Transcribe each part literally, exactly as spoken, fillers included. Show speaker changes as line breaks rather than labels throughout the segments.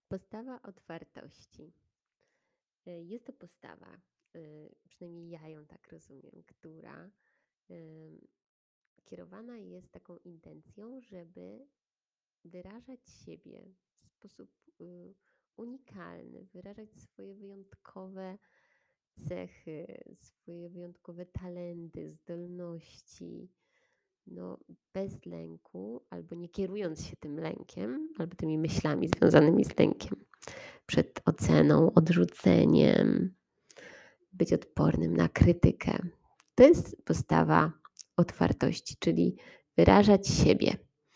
Postawa otwartości. Y, Jest to postawa, y, przynajmniej ja ją tak rozumiem, która ym, kierowana jest taką intencją, żeby wyrażać siebie w sposób y, unikalny, wyrażać swoje wyjątkowe cechy, swoje wyjątkowe talenty, zdolności, no, bez lęku, albo nie kierując się tym lękiem, albo tymi myślami związanymi z lękiem przed oceną, odrzuceniem, być odpornym na krytykę. To jest postawa otwartości, czyli wyrażać siebie.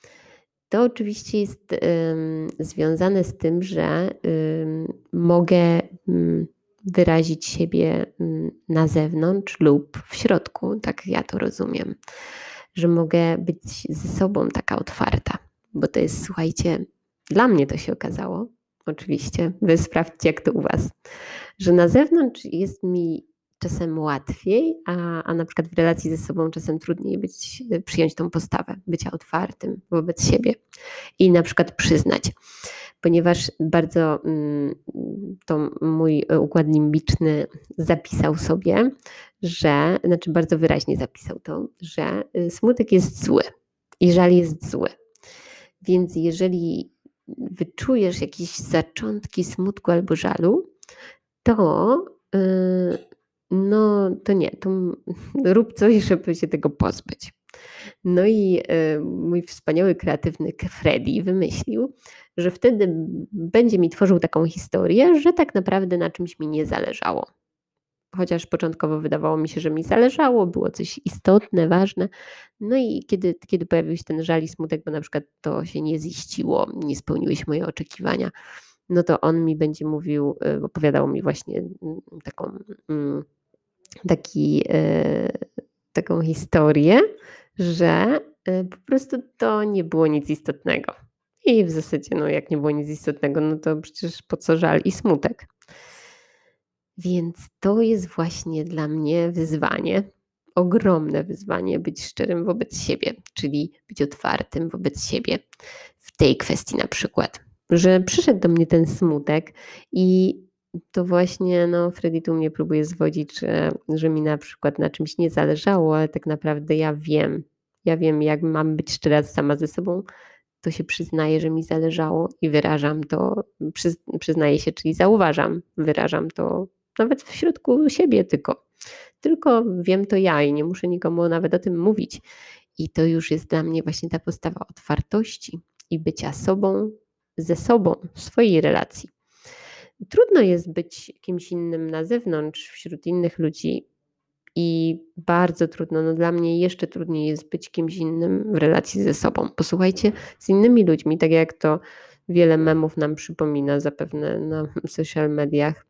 To oczywiście jest ym, związane z tym, że ym, mogę ym, wyrazić siebie ym, na zewnątrz lub w środku, tak ja to rozumiem, że mogę być ze sobą taka otwarta, bo to jest, słuchajcie, dla mnie to się okazało, oczywiście, wy sprawdźcie jak to u was, że na zewnątrz jest mi czasem łatwiej, a, a na przykład w relacji ze sobą czasem trudniej być, przyjąć tą postawę, bycia otwartym wobec siebie i na przykład przyznać, ponieważ bardzo mm, to mój układ limbiczny zapisał sobie, że, znaczy bardzo wyraźnie zapisał to, że y, smutek jest zły i żal jest zły. Więc jeżeli wyczujesz jakieś zaczątki smutku albo żalu, to yy, no to nie, to rób coś, żeby się tego pozbyć. No i yy, mój wspaniały, kreatywny Freddy wymyślił, że wtedy będzie mi tworzył taką historię, że tak naprawdę na czymś mi nie zależało. Chociaż początkowo wydawało mi się, że mi zależało, było coś istotne, ważne. No i kiedy, kiedy pojawił się ten żal i smutek, bo na przykład to się nie ziściło, nie spełniły się moje oczekiwania, no to on mi będzie mówił, y, opowiadał mi właśnie mm, taką, mm, taki, y, taką historię, że y, po prostu to nie było nic istotnego. I w zasadzie, no jak nie było nic istotnego, no to przecież po co żal i smutek. Więc to jest właśnie dla mnie wyzwanie, ogromne wyzwanie być szczerym wobec siebie, czyli być otwartym wobec siebie w tej kwestii na przykład, że przyszedł do mnie ten smutek i to właśnie, no Freddy tu mnie próbuje zwodzić, że, że mi na przykład na czymś nie zależało, ale tak naprawdę ja wiem, ja wiem jak mam być szczera sama ze sobą, to się przyznaję, że mi zależało i wyrażam to, przyz, przyznaję się, czyli zauważam, wyrażam to nawet w środku siebie tylko. Tylko wiem to ja i nie muszę nikomu nawet o tym mówić. I to już jest dla mnie właśnie ta postawa otwartości i bycia sobą, ze sobą w swojej relacji. Trudno jest być kimś innym na zewnątrz, wśród innych ludzi i bardzo trudno, no dla mnie jeszcze trudniej jest być kimś innym w relacji ze sobą. Posłuchajcie, z innymi ludźmi, tak jak to wiele memów nam przypomina zapewne na social mediach,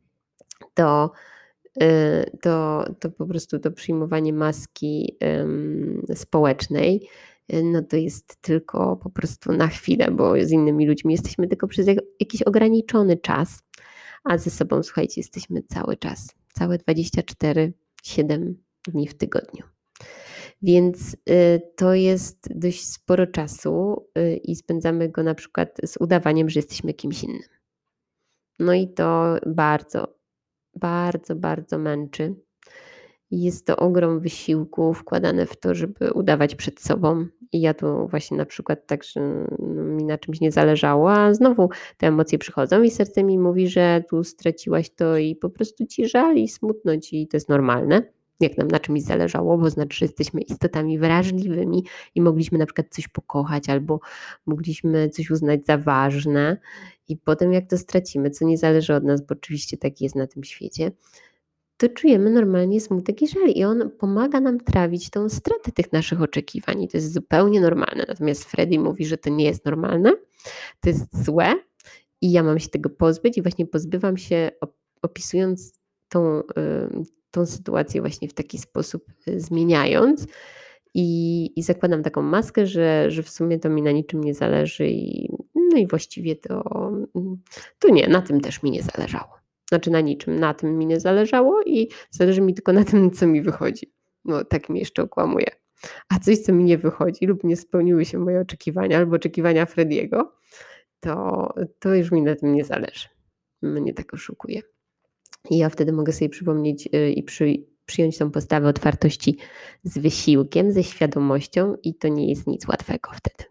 to, y, to, to po prostu to przyjmowanie maski ym, społecznej, y, no to jest tylko po prostu na chwilę, bo z innymi ludźmi jesteśmy tylko przez jak- jakiś ograniczony czas, a ze sobą, słuchajcie, jesteśmy cały czas, całe dwadzieścia cztery siedem dni w tygodniu. Więc y, to jest dość sporo czasu y, i spędzamy go na przykład z udawaniem, że jesteśmy kimś innym. No i to bardzo, bardzo, bardzo męczy. Jest to ogrom wysiłku wkładane w to, żeby udawać przed sobą. I ja tu właśnie na przykład tak, że no, mi na czymś nie zależało, a znowu te emocje przychodzą i serce mi mówi, że tu straciłaś to i po prostu ci żal i smutno ci i to jest normalne. Jak nam na czymś zależało, bo znaczy, że jesteśmy istotami wrażliwymi i mogliśmy na przykład coś pokochać albo mogliśmy coś uznać za ważne i potem jak to stracimy, co nie zależy od nas, bo oczywiście tak jest na tym świecie, to czujemy normalnie smutek i żal i on pomaga nam trawić tą stratę tych naszych oczekiwań i to jest zupełnie normalne. Natomiast Freddy mówi, że to nie jest normalne, to jest złe i ja mam się tego pozbyć i właśnie pozbywam się op- opisując tą, y, tą sytuację właśnie w taki sposób y, zmieniając i, i zakładam taką maskę, że, że w sumie to mi na niczym nie zależy i, no i właściwie to, mm, to nie, na tym też mi nie zależało. Znaczy na niczym, na tym mi nie zależało i zależy mi tylko na tym, co mi wychodzi. No tak mi jeszcze okłamuje. A coś, co mi nie wychodzi lub nie spełniły się moje oczekiwania albo oczekiwania Frediego, to, to już mi na tym nie zależy. Mnie tak oszukuje. I ja wtedy mogę sobie przypomnieć y, i przy, przyjąć tą postawę otwartości z wysiłkiem, ze świadomością i to nie jest nic łatwego wtedy.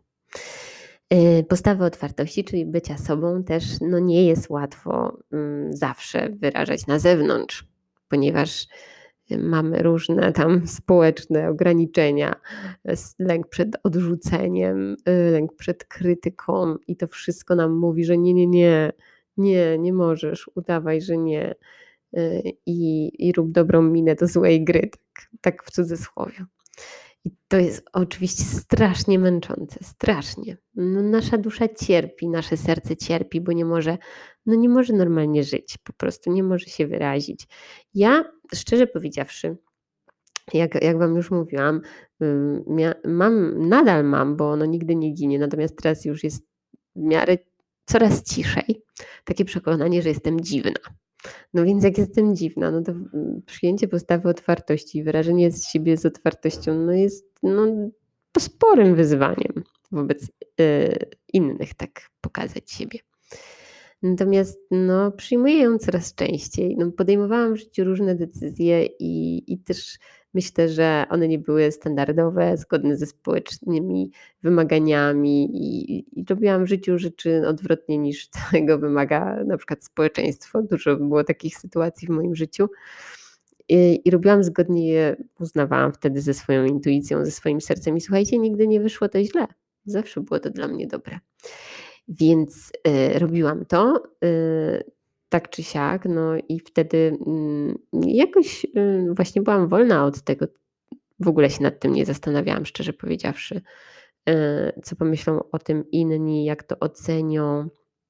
Y, Postawę otwartości, czyli bycia sobą też no nie jest łatwo mm, zawsze wyrażać na zewnątrz, ponieważ y, mamy różne tam społeczne ograniczenia, s- lęk przed odrzuceniem, y, lęk przed krytyką i to wszystko nam mówi, że nie, nie, nie, nie, nie możesz, udawaj, że nie y, i, i rób dobrą minę do złej gry, tak, tak w cudzysłowie. I to jest oczywiście strasznie męczące, strasznie. No, nasza dusza cierpi, nasze serce cierpi, bo nie może, no nie może normalnie żyć, po prostu nie może się wyrazić. Ja, szczerze powiedziawszy, jak, jak Wam już mówiłam, ym, mia, mam, nadal mam, bo ono nigdy nie ginie, natomiast teraz już jest w miarę coraz ciszej, takie przekonanie, że jestem dziwna. No więc jak jestem dziwna, no to mm, przyjęcie postawy otwartości, wyrażenie z siebie z otwartością, no jest no, sporym wyzwaniem wobec y, innych, tak pokazać siebie. Natomiast no, przyjmuję ją coraz częściej. No, podejmowałam w życiu różne decyzje i, i też myślę, że one nie były standardowe, zgodne ze społecznymi wymaganiami i, i robiłam w życiu rzeczy odwrotnie niż tego wymaga na przykład społeczeństwo. Dużo było takich sytuacji w moim życiu. I, I robiłam zgodnie je, uznawałam wtedy ze swoją intuicją, ze swoim sercem i słuchajcie, nigdy nie wyszło to źle. Zawsze było to dla mnie dobre. Więc y, robiłam to y, tak czy siak, no i wtedy y, jakoś y, właśnie byłam wolna od tego. W ogóle się nad tym nie zastanawiałam, szczerze powiedziawszy, y, co pomyślą o tym inni, jak to ocenią.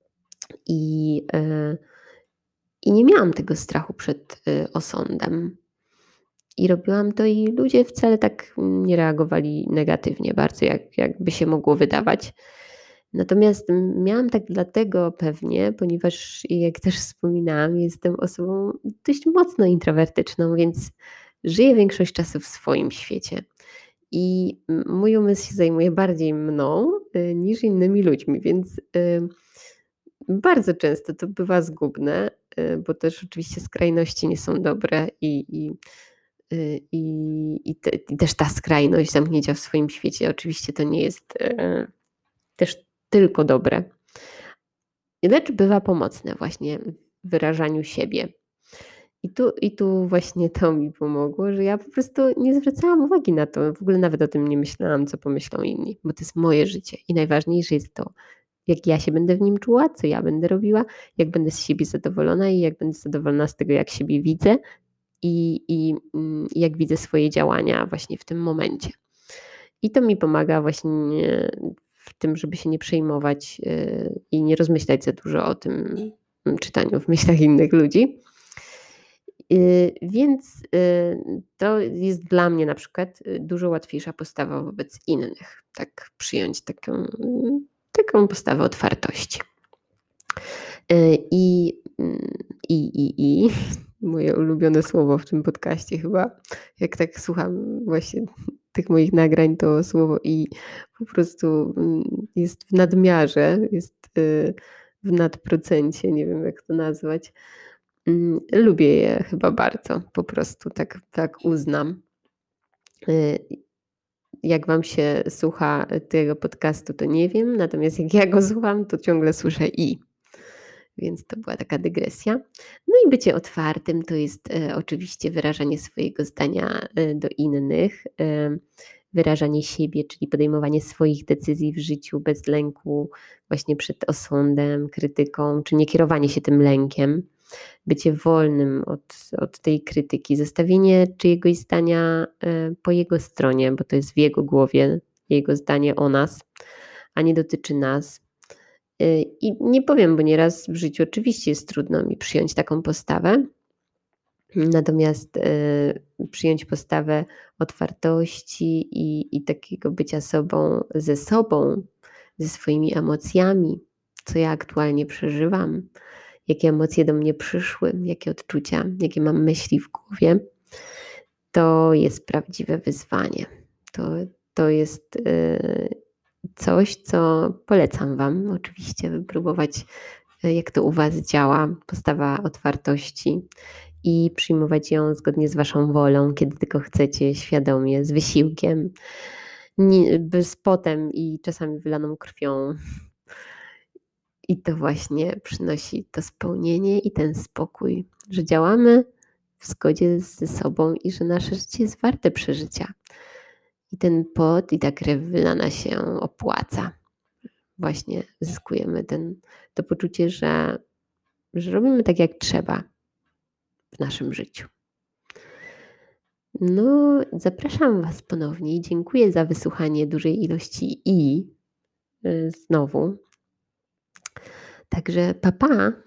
I, y, i nie miałam tego strachu przed y, osądem. I robiłam to i ludzie wcale tak nie reagowali negatywnie bardzo, jak, jakby się mogło wydawać. Natomiast miałam tak dlatego pewnie, ponieważ jak też wspominałam, jestem osobą dość mocno introwertyczną, więc żyję większość czasu w swoim świecie. I mój umysł się zajmuje bardziej mną y, niż innymi ludźmi, więc y, bardzo często to bywa zgubne, y, bo też oczywiście skrajności nie są dobre i, i Y, I, i, te, I też ta skrajność zamknięcia w swoim świecie, oczywiście to nie jest e, też tylko dobre, lecz bywa pomocne właśnie w wyrażaniu siebie. I tu, I tu właśnie to mi pomogło, że ja po prostu nie zwracałam uwagi na to, w ogóle nawet o tym nie myślałam, co pomyślą inni, bo to jest moje życie i najważniejsze jest to, jak ja się będę w nim czuła, co ja będę robiła, jak będę z siebie zadowolona i jak będę zadowolona z tego, jak siebie widzę i, i mm, jak widzę swoje działania właśnie w tym momencie. I to mi pomaga właśnie w tym, żeby się nie przejmować y, i nie rozmyślać za dużo o tym mm, czytaniu w myślach innych ludzi. Y, Więc y, to jest dla mnie na przykład y, dużo łatwiejsza postawa wobec innych. Tak przyjąć taką, taką postawę otwartości. Y, I, mm, i, i, i moje ulubione słowo w tym podcaście chyba, jak tak słucham właśnie tych moich nagrań, to słowo i po prostu mm, jest w nadmiarze, jest y, w nadprocencie, nie wiem jak to nazwać. Mm, Lubię je chyba bardzo, po prostu tak, tak uznam. Y, Jak Wam się słucha tego podcastu, to nie wiem, natomiast jak ja go słucham, to ciągle słyszę i. Więc to była taka dygresja. No i bycie otwartym to jest e, oczywiście wyrażanie swojego zdania e, do innych, e, wyrażanie siebie, czyli podejmowanie swoich decyzji w życiu bez lęku właśnie przed osądem, krytyką, czy nie kierowanie się tym lękiem, bycie wolnym od, od tej krytyki, zostawienie czyjegoś zdania e, po jego stronie, bo to jest w jego głowie, jego zdanie o nas, a nie dotyczy nas. Y, I nie powiem, bo nieraz w życiu oczywiście jest trudno mi przyjąć taką postawę, natomiast y, przyjąć postawę otwartości i, i takiego bycia sobą ze sobą, ze swoimi emocjami, co ja aktualnie przeżywam, jakie emocje do mnie przyszły, jakie odczucia, jakie mam myśli w głowie, to jest prawdziwe wyzwanie. To, to jest y, coś, co polecam Wam oczywiście wypróbować, y, jak to u Was działa, postawa otwartości i przyjmować ją zgodnie z Waszą wolą, kiedy tylko chcecie, świadomie, z wysiłkiem, nie bez potem i czasami wylaną krwią. I to właśnie przynosi to spełnienie i ten spokój, że działamy w zgodzie ze sobą i że nasze życie jest warte przeżycia. I ten pot i ta krew wylana się opłaca. Właśnie zyskujemy ten to poczucie, że że robimy tak, jak trzeba w naszym życiu. No, zapraszam Was ponownie i dziękuję za wysłuchanie dużej ilości "i" y, znowu. Także pa, pa.